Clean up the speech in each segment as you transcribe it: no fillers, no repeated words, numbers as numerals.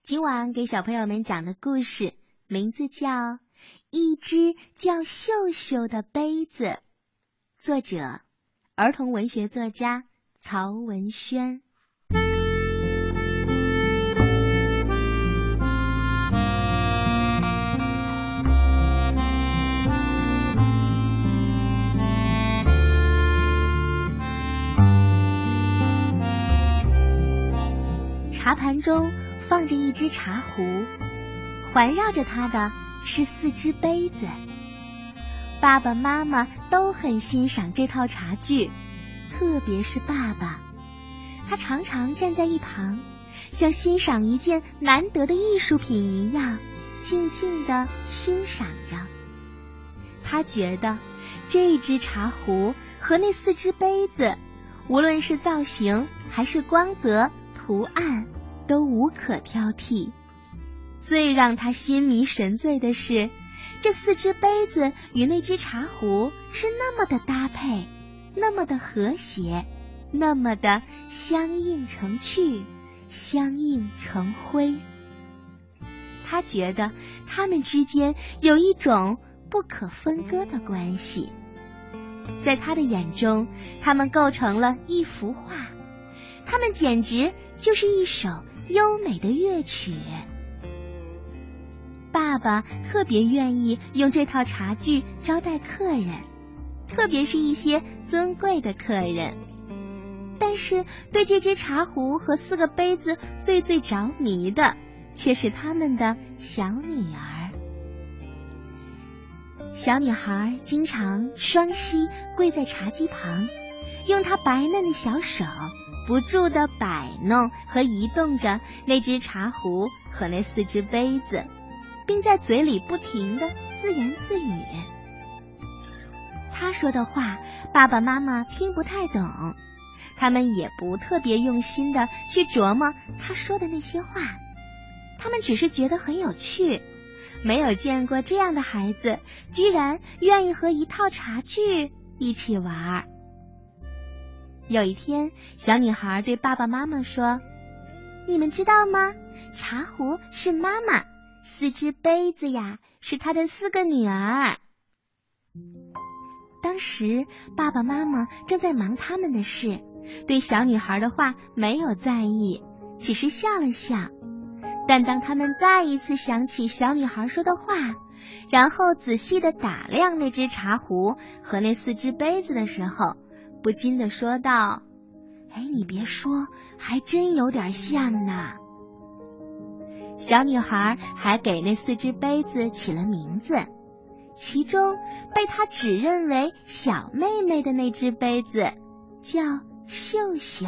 今晚给小朋友们讲的故事名字叫《一只叫秀秀的杯子》，作者儿童文学作家曹文轩。茶盘中放着一只茶壶，环绕着它的是4只杯子。爸爸妈妈都很欣赏这套茶具，特别是爸爸，他常常站在一旁，像欣赏一件难得的艺术品一样，静静地欣赏着。他觉得这只茶壶和那4只杯子，无论是造型还是光泽、图案，都无可挑剔。最让他心迷神醉的是，这4只杯子与那只茶壶是那么的搭配，那么的和谐，那么的相映成趣，相映成辉。他觉得他们之间有一种不可分割的关系，在他的眼中，他们构成了一幅画，他们简直就是一首优美的乐曲。爸爸特别愿意用这套茶具招待客人，特别是一些尊贵的客人。但是对这只茶壶和4个杯子最着迷的，却是他们的小女儿。小女孩经常双膝跪在茶几旁，用她白嫩的小手不住地摆弄和移动着那只茶壶和那4只杯子，并在嘴里不停地自言自语。他说的话，爸爸妈妈听不太懂，他们也不特别用心地去琢磨他说的那些话，他们只是觉得很有趣，没有见过这样的孩子，居然愿意和一套茶具一起玩。有一天，小女孩对爸爸妈妈说：“你们知道吗？茶壶是妈妈，4只杯子呀，是她的4个女儿。”当时爸爸妈妈正在忙他们的事，对小女孩的话没有在意，只是笑了笑。但当他们再一次想起小女孩说的话，然后仔细地打量那只茶壶和那4只杯子的时候，不禁地说道：“哎，你别说，还真有点像呢。”小女孩还给那4只杯子起了名字，其中被她只认为小妹妹的那只杯子叫秀秀。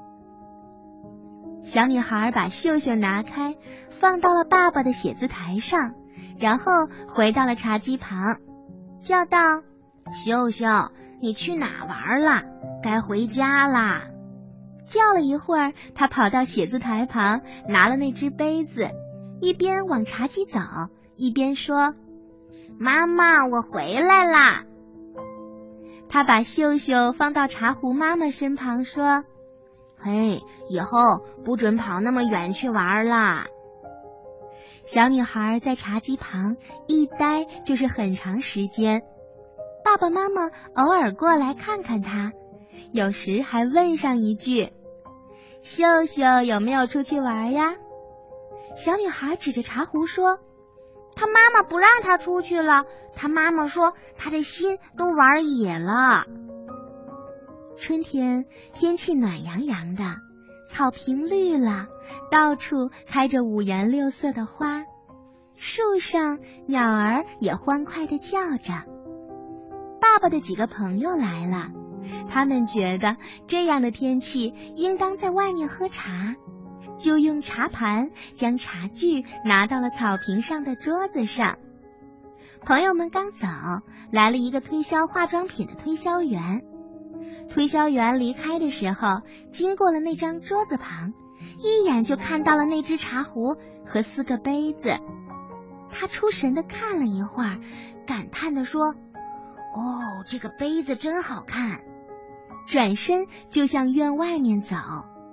小女孩把秀秀拿开，放到了爸爸的写字台上，然后回到了茶几旁，叫道：“秀秀，你去哪玩了？该回家啦。”叫了一会儿，她跑到写字台旁，拿了那只杯子，一边往茶几走，一边说：“妈妈，我回来啦。”她把秀秀放到茶壶妈妈身旁，说：“嘿，以后不准跑那么远去玩啦。”小女孩在茶几旁一待就是很长时间，爸爸妈妈偶尔过来看看她，有时还问上一句：“秀秀有没有出去玩呀？”小女孩指着茶壶说：“她妈妈不让她出去了，她妈妈说她的心都玩野了。”春天天气暖洋洋的，草坪绿了，到处开着五颜六色的花，树上鸟儿也欢快地叫着。爸爸的几个朋友来了，他们觉得这样的天气应当在外面喝茶，就用茶盘将茶具拿到了草坪上的桌子上。朋友们刚走，来了一个推销化妆品的推销员。推销员离开的时候，经过了那张桌子旁，一眼就看到了那只茶壶和4个杯子。他出神地看了一会儿，感叹地说：“哦，这个杯子真好看。”转身就向院外面走。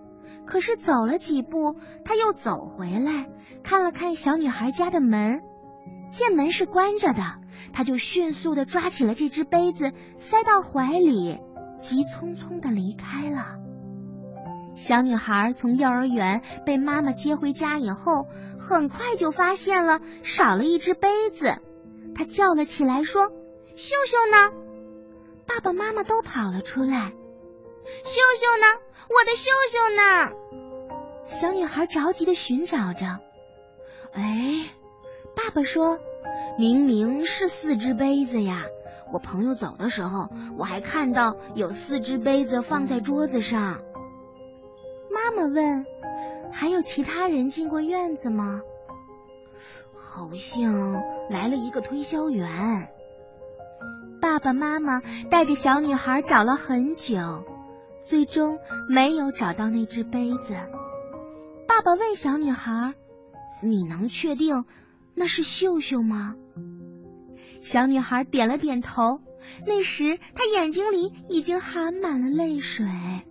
可是走了几步，他又走回来，看了看小女孩家的门，见门是关着的，他就迅速地抓起了这只杯子，塞到怀里，急匆匆地离开了。小女孩从幼儿园被妈妈接回家以后，很快就发现了少了一只杯子，她叫了起来说：秀秀呢？爸爸妈妈都跑了出来。秀秀呢？我的秀秀呢？小女孩着急地寻找着。哎，爸爸说，明明是4只杯子呀，我朋友走的时候，我还看到有4只杯子放在桌子上。妈妈问，还有其他人进过院子吗？好像来了一个推销员。爸爸妈妈带着小女孩找了很久，最终没有找到那只杯子。爸爸问小女孩，你能确定那是秀秀吗？小女孩点了点头，那时她眼睛里已经含满了泪水。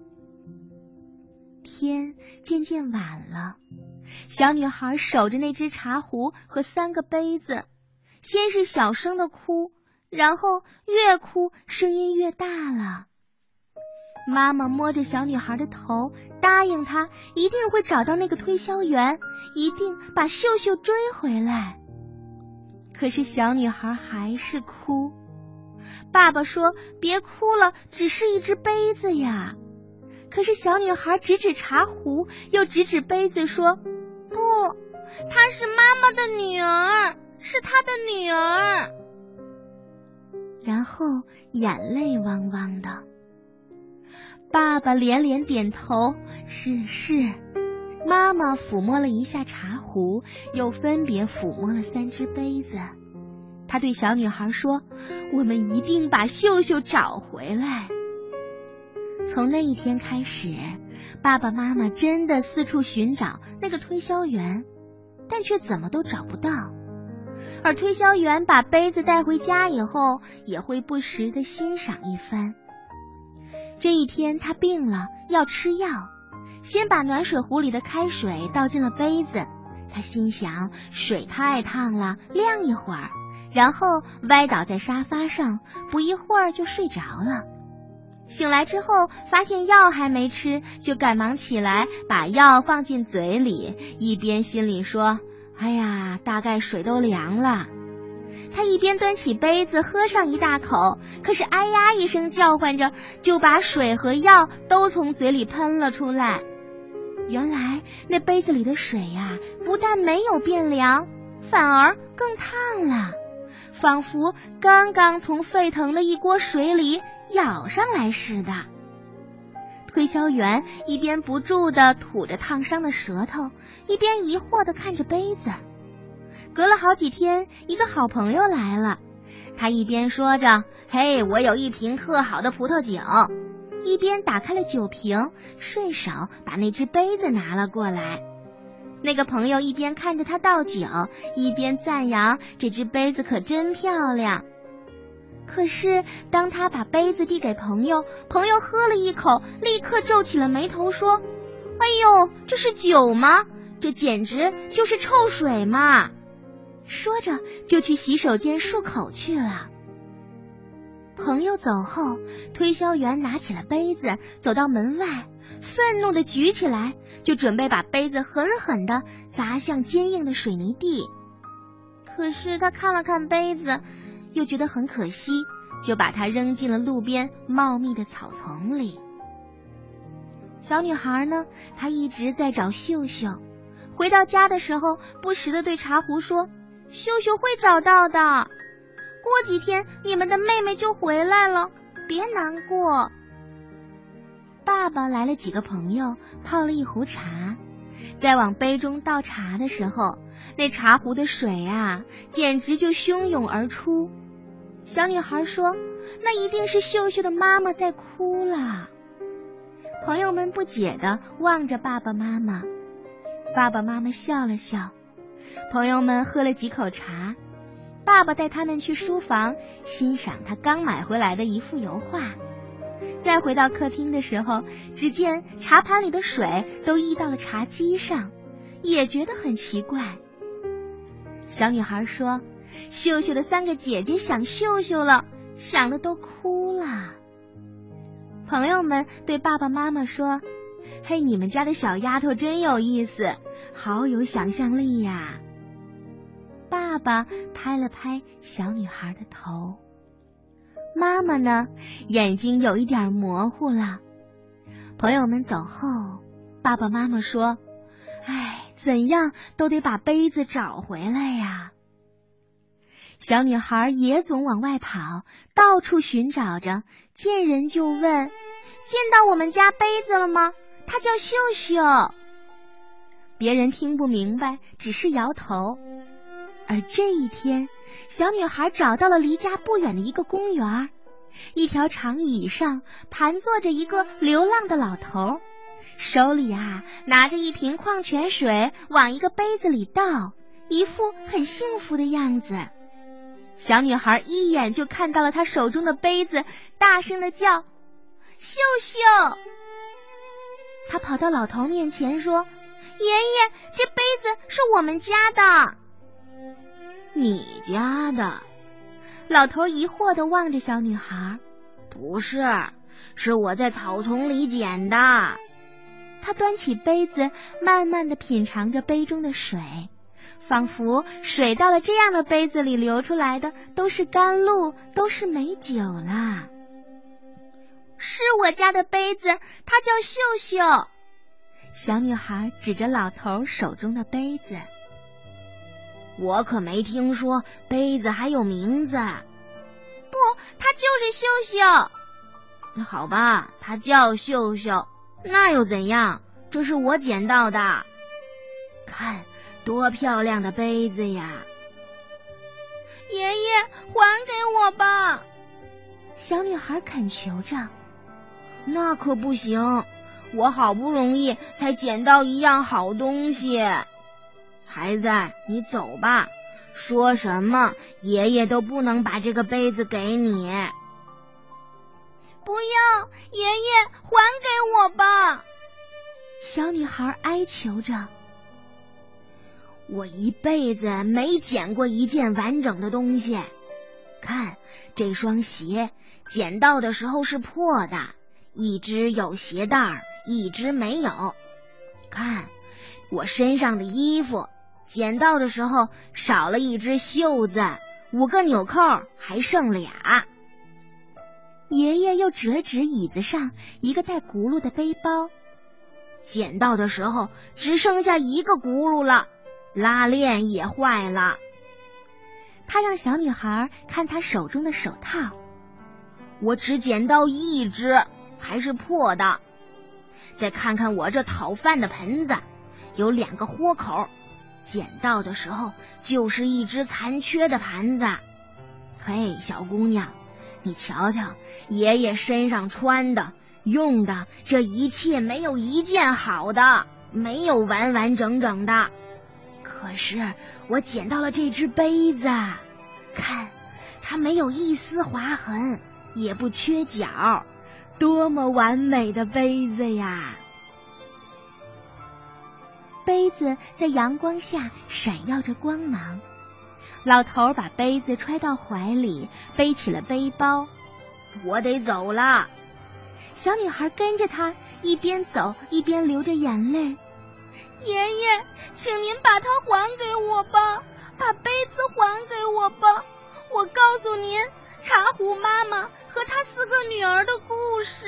天渐渐晚了，小女孩守着那只茶壶和3个杯子，先是小声的哭，然后越哭声音越大了。妈妈摸着小女孩的头，答应她一定会找到那个推销员，一定把秀秀追回来。可是小女孩还是哭。爸爸说，别哭了，只是一只杯子呀。可是小女孩指指茶壶，又指指杯子说，不，她是妈妈的女儿，是她的女儿。然后眼泪汪汪的。爸爸连连点头，是。妈妈抚摸了一下茶壶，又分别抚摸了3只杯子。她对小女孩说，我们一定把秀秀找回来。从那一天开始，爸爸妈妈真的四处寻找那个推销员，但却怎么都找不到。而推销员把杯子带回家以后，也会不时地欣赏一番。这一天他病了，要吃药，先把暖水壶里的开水倒进了杯子，他心想水太烫了，晾一会儿，然后歪倒在沙发上，不一会儿就睡着了。醒来之后发现药还没吃，就赶忙起来把药放进嘴里，一边心里说，哎呀，大概水都凉了。他一边端起杯子喝上一大口，可是哎呀一声叫唤着，就把水和药都从嘴里喷了出来。原来那杯子里的水呀，不但没有变凉，反而更烫了，仿佛刚刚从沸腾的一锅水里舀上来似的。推销员一边不住地吐着烫伤的舌头，一边疑惑地看着杯子。隔了好几天，一个好朋友来了，他一边说着，嘿，我有一瓶特好的葡萄酒，一边打开了酒瓶，顺手把那只杯子拿了过来。那个朋友一边看着他倒酒，一边赞扬这只杯子可真漂亮。可是当他把杯子递给朋友，朋友喝了一口，立刻皱起了眉头说，哎呦，这是酒吗？这简直就是臭水嘛！说着就去洗手间漱口去了。朋友走后，推销员拿起了杯子，走到门外，愤怒地举起来，就准备把杯子狠狠地砸向坚硬的水泥地。可是他看了看杯子，又觉得很可惜，就把它扔进了路边茂密的草丛里。小女孩呢，她一直在找秀秀，回到家的时候，不时地对茶壶说，秀秀会找到的，过几天你们的妹妹就回来了，别难过。爸爸来了几个朋友，泡了一壶茶，在往杯中倒茶的时候，那茶壶的水啊，简直就汹涌而出。小女孩说，那一定是秀秀的妈妈在哭了。朋友们不解地望着爸爸妈妈，爸爸妈妈笑了笑。朋友们喝了几口茶，爸爸带他们去书房欣赏他刚买回来的一幅油画。 再回到客厅的时候，只见茶盘里的水都溢到了茶几上，也觉得很奇怪。小女孩说，秀秀的3个姐姐想秀秀了，想的都哭了。朋友们对爸爸妈妈说，嘿，你们家的小丫头真有意思，好有想象力呀。爸爸拍了拍小女孩的头，妈妈呢，眼睛有一点模糊了。朋友们走后，爸爸妈妈说，哎，怎样都得把杯子找回来呀。小女孩也总往外跑，到处寻找着，见人就问，见到我们家杯子了吗？它叫秀秀。别人听不明白，只是摇头。而这一天，小女孩找到了离家不远的一个公园，一条长椅上盘坐着一个流浪的老头，手里拿着一瓶矿泉水往一个杯子里倒，一副很幸福的样子。小女孩一眼就看到了他手中的杯子，大声地叫，秀秀。她跑到老头面前说，爷爷，这杯子是我们家的。你家的？老头疑惑地望着小女孩，不是，是我在草丛里捡的。他端起杯子，慢慢地品尝着杯中的水，仿佛水到了这样的杯子里流出来的都是甘露，都是美酒啦。是我家的杯子，它叫秀秀。小女孩指着老头手中的杯子，我可没听说杯子还有名字。不，它就是秀秀。好吧，它叫秀秀，那又怎样？这是我捡到的。看，多漂亮的杯子呀！爷爷，还给我吧！小女孩恳求着。那可不行，我好不容易才捡到一样好东西。孩子，你走吧，说什么爷爷都不能把这个杯子给你。不要，爷爷，还给我吧！小女孩哀求着。我一辈子没捡过一件完整的东西。看，这双鞋捡到的时候是破的，一只有鞋带儿，一只没有。看，我身上的衣服捡到的时候少了一只袖子，5个纽扣还剩俩。爷爷又指了指椅子上一个带轱辘的背包，捡到的时候只剩下1个轱辘了，拉链也坏了。他让小女孩看他手中的手套，我只捡到1只，还是破的。再看看我这讨饭的盆子，有2个豁口，捡到的时候就是一只残缺的盘子。嘿，小姑娘，你瞧瞧，爷爷身上穿的用的这一切没有一件好的，没有完完整整的。可是我捡到了这只杯子，看，它没有一丝划痕，也不缺角，多么完美的杯子呀！杯子在阳光下闪耀着光芒。老头把杯子揣到怀里，背起了背包。我得走了。小女孩跟着他，一边走一边流着眼泪。爷爷，请您把它还给我吧，把杯子还给我吧。我告诉您茶壶妈妈和她4个女儿的故事。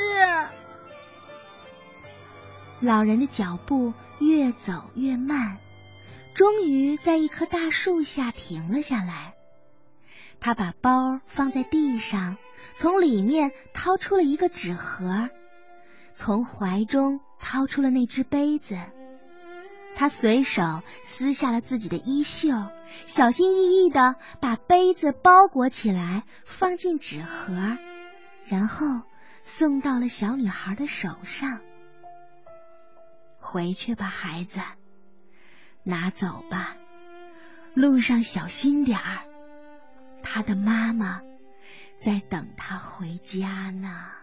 老人的脚步越走越慢，终于在一棵大树下停了下来。他把包放在地上，从里面掏出了一个纸盒，从怀中掏出了那只杯子。他随手撕下了自己的衣袖，小心翼翼地把杯子包裹起来，放进纸盒，然后送到了小女孩的手上。回去吧，孩子，拿走吧，路上小心点儿，他的妈妈在等他回家呢。